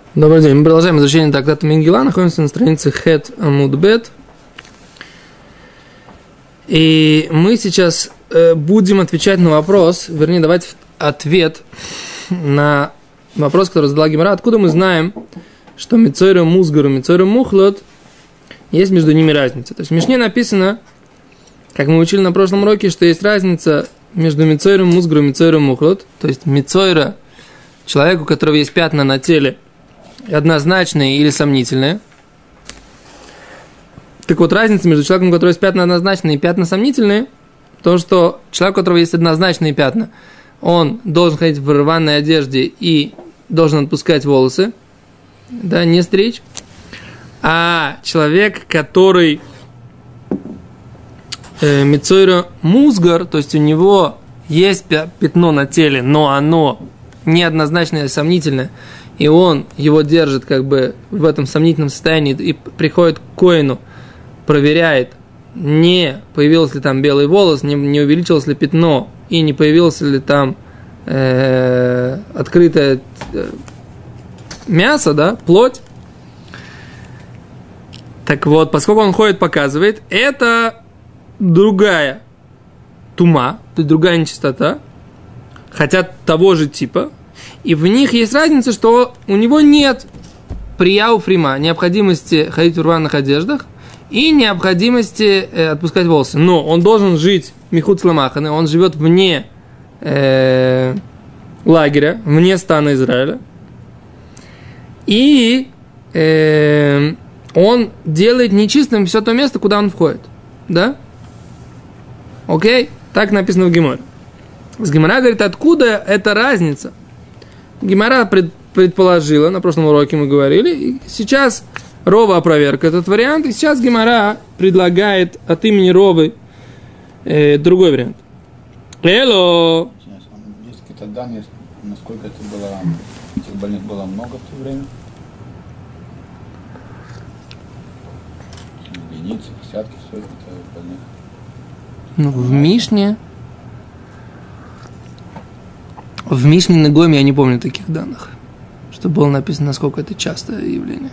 Добрый день. Мы продолжаем изучение трактата Мегила. Находимся на странице Хет Амуд Бет. И мы сейчас будем отвечать на вопрос, вернее, давать ответ на вопрос, который задала Гемара. Откуда мы знаем, что Мицойра Музгар и Мицойра Мухлот, есть между ними разница? То есть в Мишне написано, как мы учили на прошлом уроке, что есть разница между Мицойром Музгаром и Мицойром Мухлот. То есть Мицойра, человеку, у которого есть пятна на теле, однозначные или сомнительные. Так вот, разница между человеком, у которого есть пятна однозначные и пятна сомнительные, то, что человек, у которого есть однозначные пятна, он должен ходить в рваной одежде и должен отпускать волосы, да, не стричь. А человек, который Мицойра Музгар, то есть у него есть пятно на теле, но оно неоднозначное и сомнительное, и он его держит как бы в этом сомнительном состоянии и приходит к коину, проверяет, не появился ли там белый волос, не увеличилось ли пятно, и не появилось ли там открытое мясо, да, плоть. Так вот, поскольку он ходит, показывает, это другая тума, то есть другая нечистота, хотя того же типа, и в них есть разница, что у него нет прияу фрима, необходимости ходить в рваных одеждах и необходимости отпускать волосы. Но он должен жить михуц ламаханы, он живет вне лагеря, вне стана Израиля. И он делает нечистым все то место, куда он входит. Да? Окей? Так написано в Геморе. С Гемора говорит, откуда эта разница? Гемора предположила, на прошлом уроке мы говорили, и сейчас Рова опроверг этот вариант, и сейчас Гемора предлагает от имени Ровы другой вариант. Эло! Есть какие-то данные, насколько это было, этих больных было много в то время? Единицы, десятки, сотни больных. Ну, в Мишне на Гоме я не помню таких данных, что было написано, насколько это частое явление.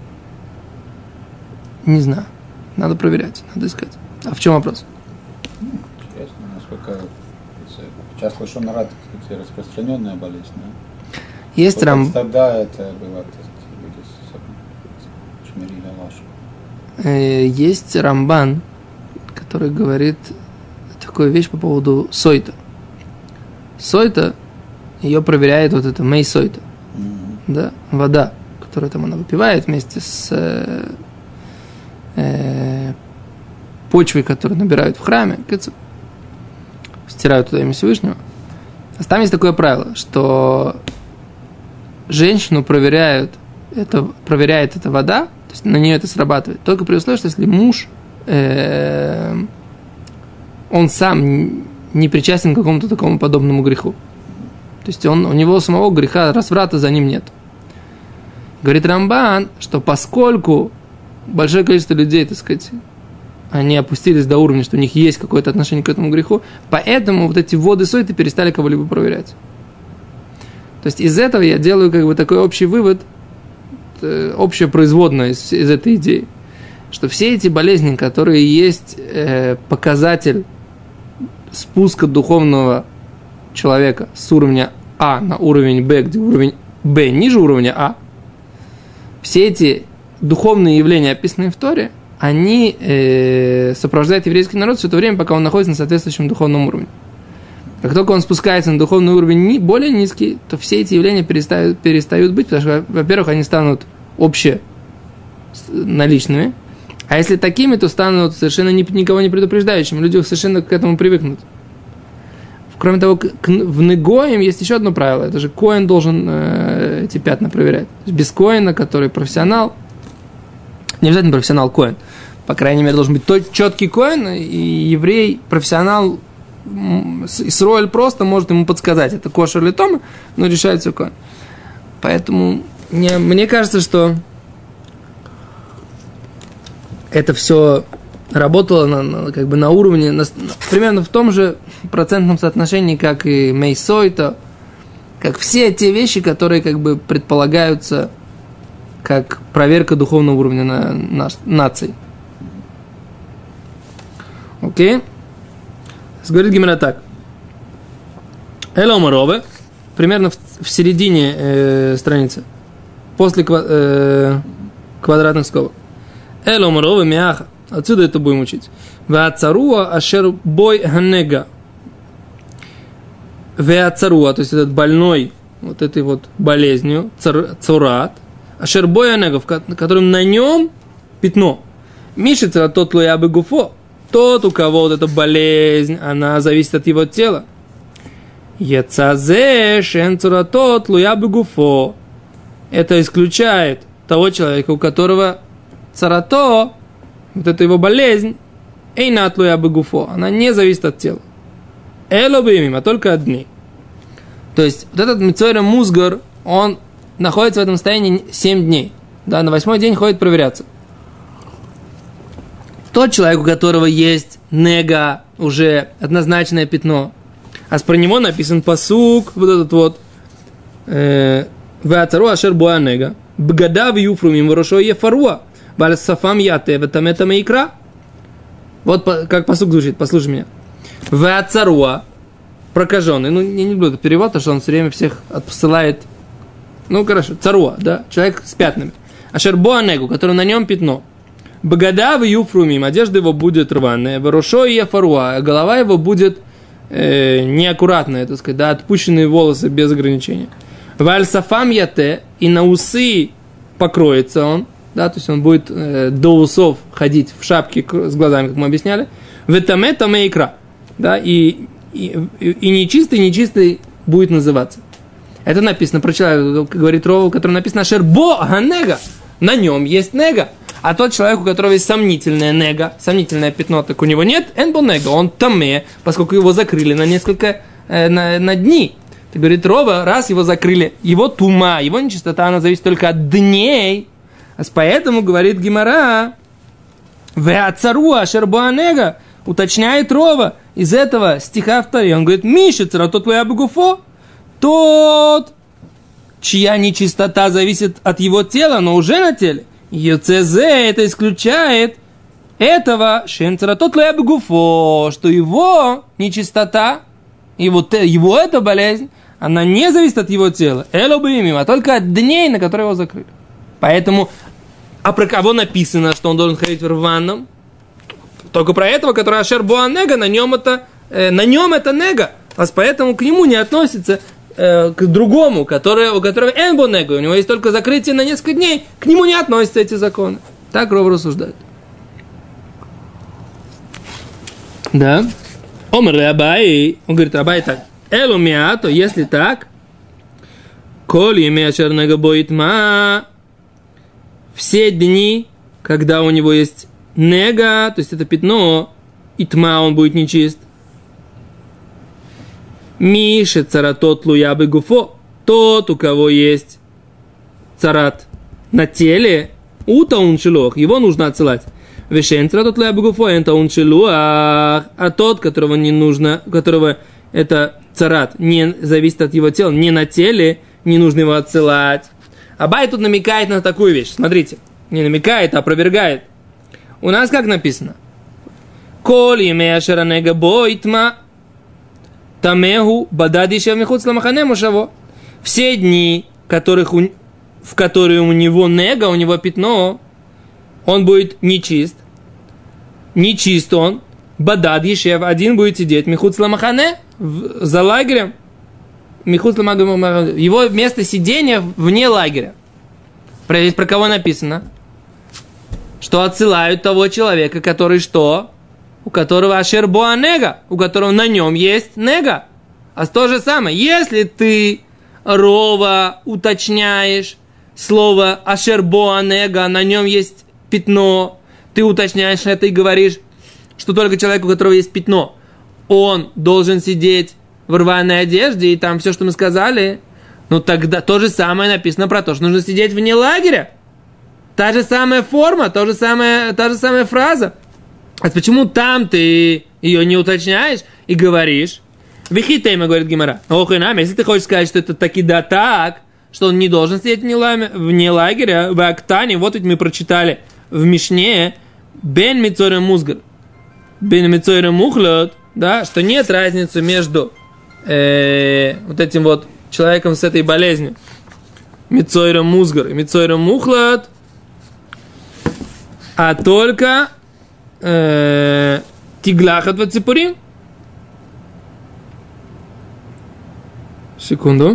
Не знаю. Надо проверять, надо искать. А в чем вопрос? Интересно, насколько сейчас лошон ара, кстати, распространенная болезнь, да? Есть Тогда это было, люди шмирили лашу. Есть Рамбан, который говорит такую вещь по поводу сойта. Сойта, ее проверяет вот это мей сойта, да, вода, которую там она выпивает вместе с почвой, которую набирают в храме, стирают туда имя Всевышнего. А там есть такое правило, что женщину проверяет эта вода, то есть на нее это срабатывает, только при условии, что если муж, он сам не причастен к какому-то такому подобному греху. То есть у него самого греха, разврата за ним нет. Говорит Рамбан, что поскольку большое количество людей, так сказать, они опустились до уровня, что у них есть какое-то отношение к этому греху, поэтому вот эти воды сойты перестали кого-либо проверять. То есть из этого я делаю как бы такой общий вывод, общее производное из этой идеи, что все эти болезни, которые есть показатель спуска духовного человека с уровня А на уровень Б, где уровень Б ниже уровня А, все эти духовные явления, описанные в Торе, они сопровождают еврейский народ все это время, пока он находится на соответствующем духовном уровне. Как только он спускается на духовный уровень более низкий, то все эти явления перестают быть, потому что, во-первых, они станут общеналичными, а если такими, то станут совершенно никого не предупреждающими. Люди совершенно к этому привыкнут. Кроме того, в Негоим есть еще одно правило. Это же коэн должен эти пятна проверять. То есть без коэна, который профессионал, не обязательно профессионал коэн, по крайней мере, должен быть четкий коэн, и еврей, профессионал, Исроэль просто может ему подсказать, это кошер или тома, но решает все коэн. Поэтому мне кажется, что это все работало как бы на уровне, примерно в том же процентном соотношении, как и мейсойта, как все те вещи, которые как бы предполагаются как проверка духовного уровня наций. Окей? Говорит Гемара так. Эломарове, примерно в середине страницы, после квадратных скобок. Эломарове мяха. Отсюда это будем учить. Веацаруа ашер бой ханега. Веацаруа, то есть этот больной вот этой вот болезнью, цурат, ашер бой ханега, которым на нем пятно. Мишица тот лоябы гуфо. Тот, у кого вот эта болезнь, она зависит от его тела. Ецазе шенцура тот лоябы гуфо. Это исключает того человека, у которого царато, вот это его болезнь, эйнат лоябы гуфо. Она не зависит от тела. Элобимим, а только от дней. То есть, вот этот мицойра музгар, он находится в этом состоянии 7 дней. Да, на 8-й день ходит проверяться. Тот человек, у которого есть нега, уже однозначное пятно, а про него написан пасук, вот этот вот, «Веацару ашер буа нега, бгада в юфрумим ворошо ефаруа, баль сафам яте ветаметаме икра». Вот как пасук звучит, послушай меня. «Веацаруа», прокаженный, ну, я не люблю этот перевод, потому что он все время всех отсылает, ну, хорошо, царуа, да, человек с пятнами. Ашер буа негу, который на нем пятно. Бгада в юфрумим, одежда его будет рваная, ворошо и ефаруа, голова его будет неаккуратная, так сказать, да, отпущенные волосы без ограничения. Валь сафам яте, и на усы покроется он, да, то есть он будет до усов ходить в шапке с глазами, как мы объясняли. Ветаме таме икра, да, и нечистый будет называться. Это написано про человека, говорит Рова, который написано Шербо Ганега, на нем есть нега. А тот человек, у которого есть сомнительная нега, сомнительное пятно, так у него нет энбо нега, он таме, поскольку его закрыли на несколько на дни. Ты говорит, Рова, раз его закрыли, его тума, его нечистота, она зависит только от дней. А поэтому, говорит Гемара, веацаруа шербо нега, уточняет Рова из этого стиха в Торе. Он говорит, мишицера, тот твоя бегуфо, тот, чья нечистота зависит от его тела, но уже на теле. ЮЦЗ это исключает этого шенцера тот лэбгуфо, что его нечистота, его эта болезнь, она не зависит от его тела, элобимим, а только от дней, на которые его закрыли. Поэтому, а про кого написано, что он должен ходить в рваном? Только про этого, который ашер буанега, на нем это нега, а поэтому к нему не относится к другому, у которого энбонега, у него есть только закрытие на несколько дней, к нему не относятся эти законы. Так Ров рассуждает. Да. Омер Рабай, он говорит, Рабай так, элу миато, если так, коль имея шернега боитма, все дни, когда у него есть нега, то есть это пятно, и тма, он будет нечист. Миша царатот луябы гуфо, тот, у кого есть царат на теле, утаун шилох, его нужно отсылать. Вешен царатот луябы гуфо, энтаун шилуах, а тот, которого не нужно, у которого это царат не зависит от его тела, не на теле, не нужно его отсылать. Абай тут намекает на такую вещь, смотрите, не намекает, а опровергает. У нас как написано? Коль имея шаранега бойтма, тамеху бададишев михуц ламахане мушаво. Все дни, в которые у него нега, у него пятно, он будет нечист. Нечист он. Бадад ешев, один будет сидеть. Михуц ламахане, за лагерем. Михуц ламахане, его место сидения вне лагеря. Про кого написано? Что отсылают того человека, который что? У которого ашер боа нега, у которого на нем есть нега. А то же самое, если ты, Рова, уточняешь слово ашер боа нега, на нем есть пятно, ты уточняешь это и говоришь, что только человек, у которого есть пятно, он должен сидеть в рваной одежде, и там все, что мы сказали, ну тогда то же самое написано про то, что нужно сидеть вне лагеря. Та же самая форма, та же самая фраза. А почему там ты ее не уточняешь и говоришь? Вихитейма, говорит Гемара. Ох и нам, если ты хочешь сказать, что это таки да так, что он не должен сидеть вне лагеря, в Актане, вот ведь мы прочитали в Мишне, бен мицойрем музгар, бен мицойрем мухлот, да, что нет разницы между вот этим вот человеком с этой болезнью, мицойрем музгар и мицойрем мухлот, а только тиглахат ваципурим. Секунду.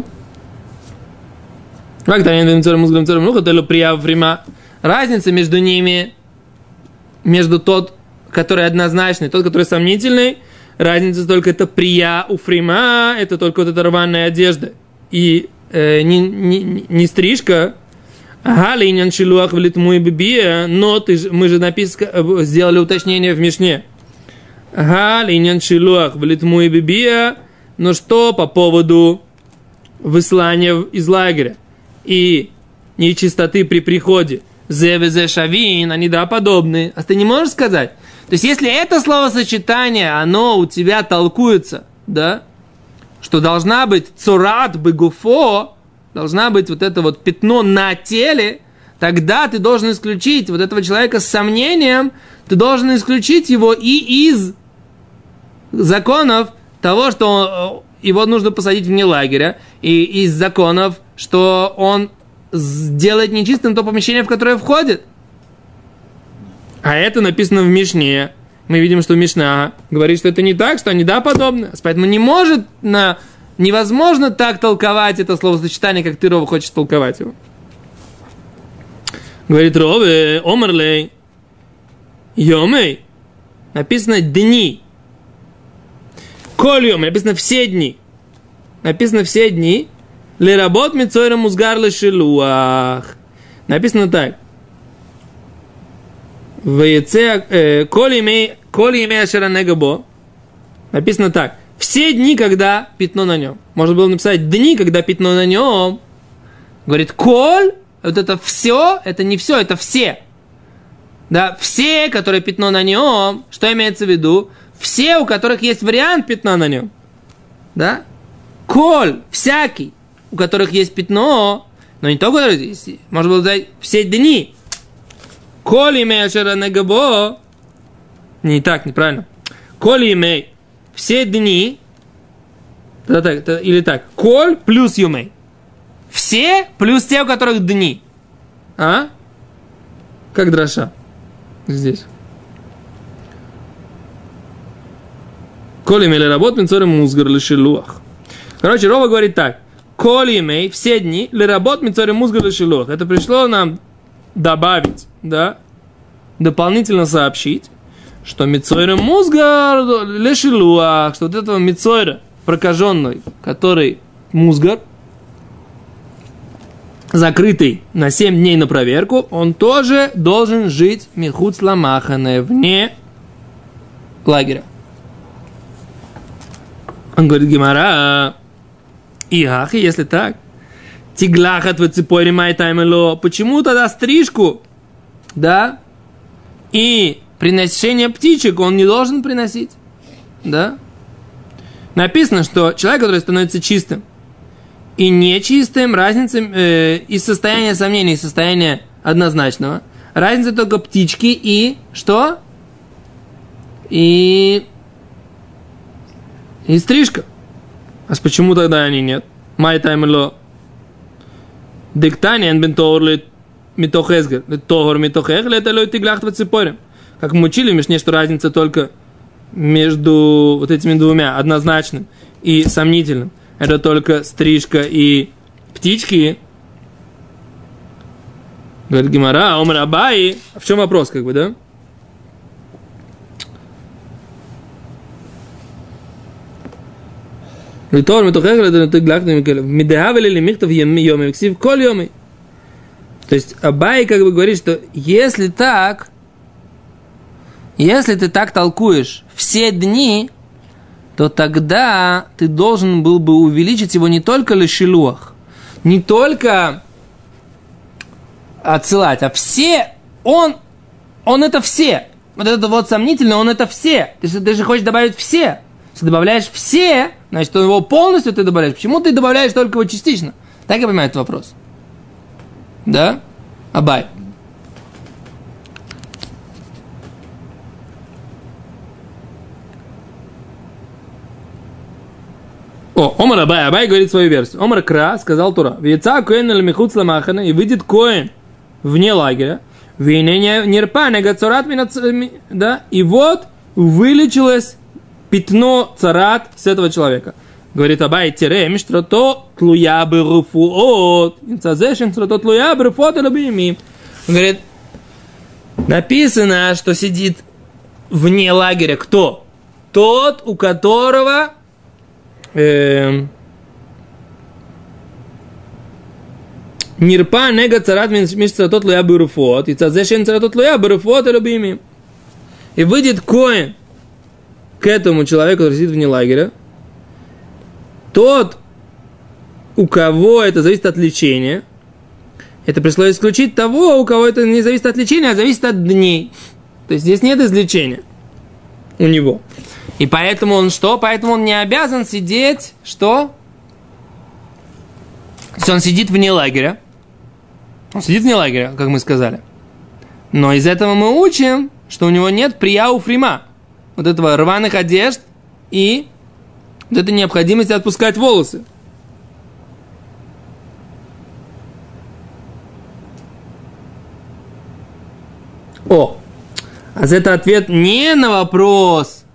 Разница между ними, между тот, который однозначный, тот, который сомнительный, разница только это прия у фрима, это только вот эта рваная одежда. И не стрижка. Ага, линян шилуах в литму и бибия, но мы же сделали уточнение в Мишне. Ага, линян шилуах в литму и бибия, но что по поводу выслания из лагеря и нечистоты при приходе, зе шавин, они да подобные. А ты не можешь сказать? То есть, если это словосочетание, оно у тебя толкуется, да, что должна быть цурат бегуфо, должна быть вот это вот пятно на теле, тогда ты должен исключить вот этого человека с сомнением, ты должен исключить его и из законов того, что его нужно посадить вне лагеря, и из законов, что он сделает нечистым то помещение, в которое входит. А это написано в Мишне. Мы видим, что Мишна говорит, что это не так, что они да подобны. Поэтому невозможно так толковать это словосочетание, как ты, Рова, хочешь толковать его. Говорит Рове, омерлей, йомей, написано дни. Коль йомей, написано все дни. Написано все дни. Леработ мицойра музгар лешилуах. Написано так. Коль имей ашеранегабо. Написано так. Все дни, когда пятно на нем. Можно было написать дни, когда пятно на нем. Говорит, коль, вот это все, это не все, это все. Да, все, которые пятно на нем, что имеется в виду? Все, у которых есть вариант пятна на нем. Да? Коль, всякий, у которых есть пятно, но не только, можно было сказать, все дни. Коль имей ашеранегабо. Не так, неправильно. Коль имей. Все дни, или так, коль плюс юмей. Все плюс те, у которых дни. А? Как дроша. Здесь. Коль имей леработ мицойрем музгар лешилуах. Короче, Рова говорит так. Коль имей, все дни, леработ мицойрем музгар лешилуах. Это пришло нам добавить, да, дополнительно сообщить, что мицойра музгар лешилуах, что вот этого мицойра прокаженный, который музгар, закрытый на 7 дней на проверку, он тоже должен жить михуц ламахане, вне лагеря. Он говорит, Гемара, ихахи, если так, тиглахат в цепой ремай таймело, почему тогда стрижку, да, и приношение птичек он не должен приносить, да? Написано, что человек, который становится чистым и нечистым, разница из состояния сомнения, из состояния однозначного, разница только птички и что? И стрижка. А почему тогда они нет? Май таймело. Диктаниан бенторлит митохезгер, тохор митохех, это лой тиглахт ваципорем. Как мы учили в Мишне, что разница только между вот этими двумя, однозначным и сомнительным, это только стрижка и птички. Говорит Гемара, омар Абай. А в чем вопрос, как бы, да? То есть Абай как бы говорит, что если ты так толкуешь все дни, то тогда ты должен был бы увеличить его не только лешилуах, не только отсылать, а все, он это все. Вот это вот сомнительно, он это все. Ты же хочешь добавить все. Если добавляешь все, значит, его полностью ты добавляешь. Почему ты добавляешь только его частично? Так я понимаю этот вопрос. Да? Абай. Омар Абай говорит свою версию. Омар Кра сказал Тура. Вейца коэн эль михуц ламахана, и выйдет коэн вне лагеря. Вейне нерпа негацорат да, и вот вылечилось пятно царат с этого человека. Говорит Абай, тирем, что то тлуя бы руфуот. Инцазешин, что то тлуя бы руфуот элабиими. Говорит, написано, что сидит вне лагеря кто? Тот, у которого нирпа нега царат миш царатот луя бы руфуот. И цазешин царатот луя бы руфуот элабиими. И выйдет коэн к этому человеку, который сидит вне лагеря, тот, у кого это зависит от лечения, это пришло исключить того, у кого это не зависит от лечения, а зависит от дней. То есть здесь нет излечения у него. И поэтому он что? Поэтому он не обязан сидеть, что? То есть он сидит вне лагеря. Он сидит вне лагеря, как мы сказали. Но из этого мы учим, что у него нет прияу фрима. Вот этого рваных одежд и вот этой необходимости отпускать волосы. А это ответ не на вопрос.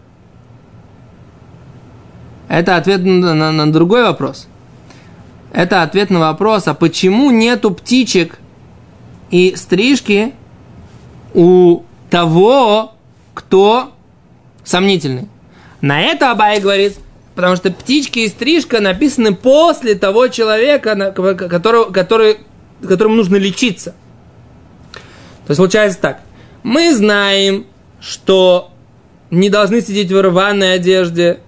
Это ответ на другой вопрос. Это ответ на вопрос, а почему нету птичек и стрижки у того, кто сомнительный. На это Абай говорит, потому что птички и стрижка написаны после того человека, которому нужно лечиться. То есть получается так. Мы знаем, что не должны сидеть в рваной одежде.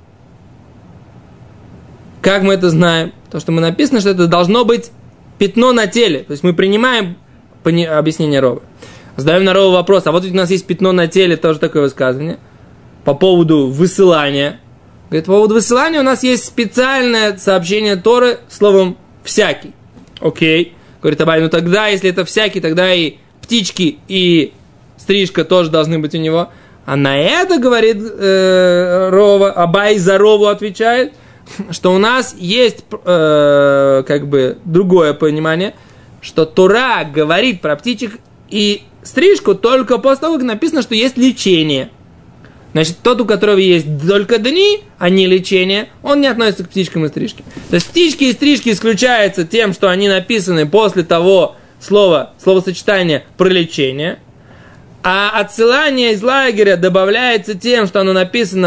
Как мы это знаем? Потому что мы написано, что это должно быть пятно на теле. То есть мы принимаем объяснение Ровы. Задаем на Рову вопрос, а вот ведь у нас есть пятно на теле, тоже такое высказывание, по поводу высылания. Говорит, по поводу высылания у нас есть специальное сообщение Торы словом «всякий». Окей. Говорит Абай, ну тогда, если это «всякий», тогда и птички, и стрижка тоже должны быть у него. А на это, говорит Рова, Абай за Рову отвечает, что у нас есть как бы другое понимание, что Тора говорит про птичек и стрижку только после того, как написано, что есть лечение. Значит, тот, у которого есть только дни, а не лечение, он не относится к птичкам и стрижке. То есть птички и стрижки исключаются тем, что они написаны после того словосочетания про лечение, а отсылание из лагеря добавляется тем, что оно написано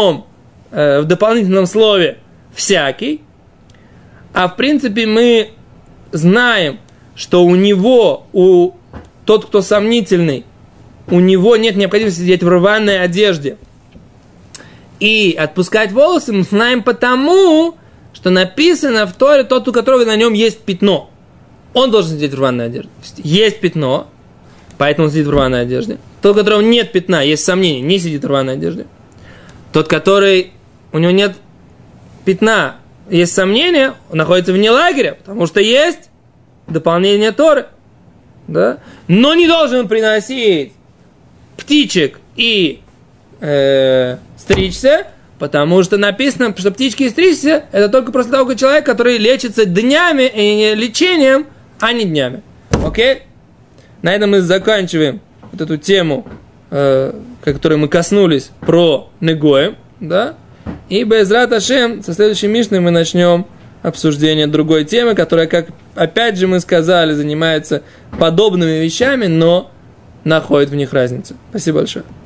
в дополнительном слове «всякий», а в принципе мы знаем, что тот, кто сомнительный, у него нет необходимости сидеть в рваной одежде и отпускать волосы, мы знаем потому, что написано в Торе тот, у которого на нем есть пятно. Он должен сидеть в рваной одежде. Есть пятно, поэтому он сидит в рваной одежде. Тот, у которого нет пятна, есть сомнения, не сидит в рваной одежде. Тот, который у него нет пятна, есть сомнения, он находится вне лагеря, потому что есть дополнение Торы. Да? Но не должен приносить птичек и стричься, потому что написано, что птички и стричься это только после того, как человек, который лечится днями и лечением, а не днями. Окей? На этом мы заканчиваем вот эту тему, которой мы коснулись про Негоем, да? И Бе'эзрат Ашем со следующей Мишной мы начнем обсуждение другой темы, которая, как опять же мы сказали, занимается подобными вещами, но находит в них разницу. Спасибо большое.